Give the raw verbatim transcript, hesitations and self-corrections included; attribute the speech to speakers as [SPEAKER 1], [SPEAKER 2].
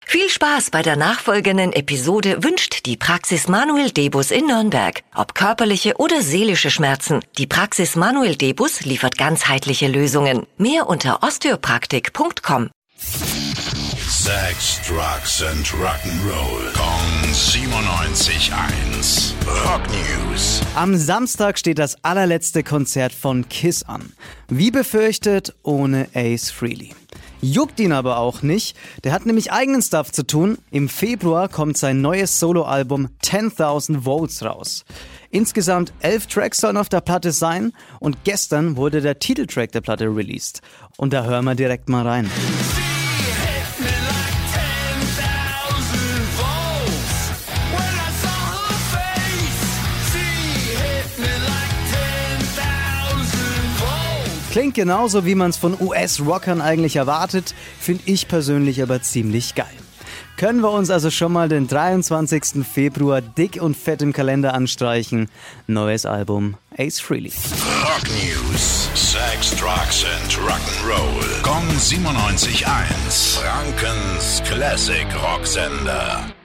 [SPEAKER 1] Viel Spaß bei der nachfolgenden Episode wünscht die Praxis Manuel Debus in Nürnberg. Ob körperliche oder seelische Schmerzen, die Praxis Manuel Debus liefert ganzheitliche Lösungen. Mehr unter osteopraktik punkt com.
[SPEAKER 2] Sex, Drugs and Rock'n'Roll. Kong siebenundneunzig Komma eins. Rock News.
[SPEAKER 3] Am Samstag steht das allerletzte Konzert von Kiss an. Wie befürchtet, ohne Ace Frehley. Juckt ihn aber auch nicht, der hat nämlich eigenen Stuff zu tun. Im Februar kommt sein neues Soloalbum zehntausend Volts raus. Insgesamt elf Tracks sollen auf der Platte sein und gestern wurde der Titeltrack der Platte released. Und da hören wir direkt mal rein. Klingt genauso, wie man es von U S-Rockern eigentlich erwartet, finde ich persönlich aber ziemlich geil. Können wir uns also schon mal den dreiundzwanzigsten Februar dick und fett im Kalender anstreichen. Neues Album, Ace Frehley.
[SPEAKER 2] Rock News. Sex, Drugs and Rock'n'Roll. Kong siebenundneunzig Komma eins. Frankens Classic Rocksender.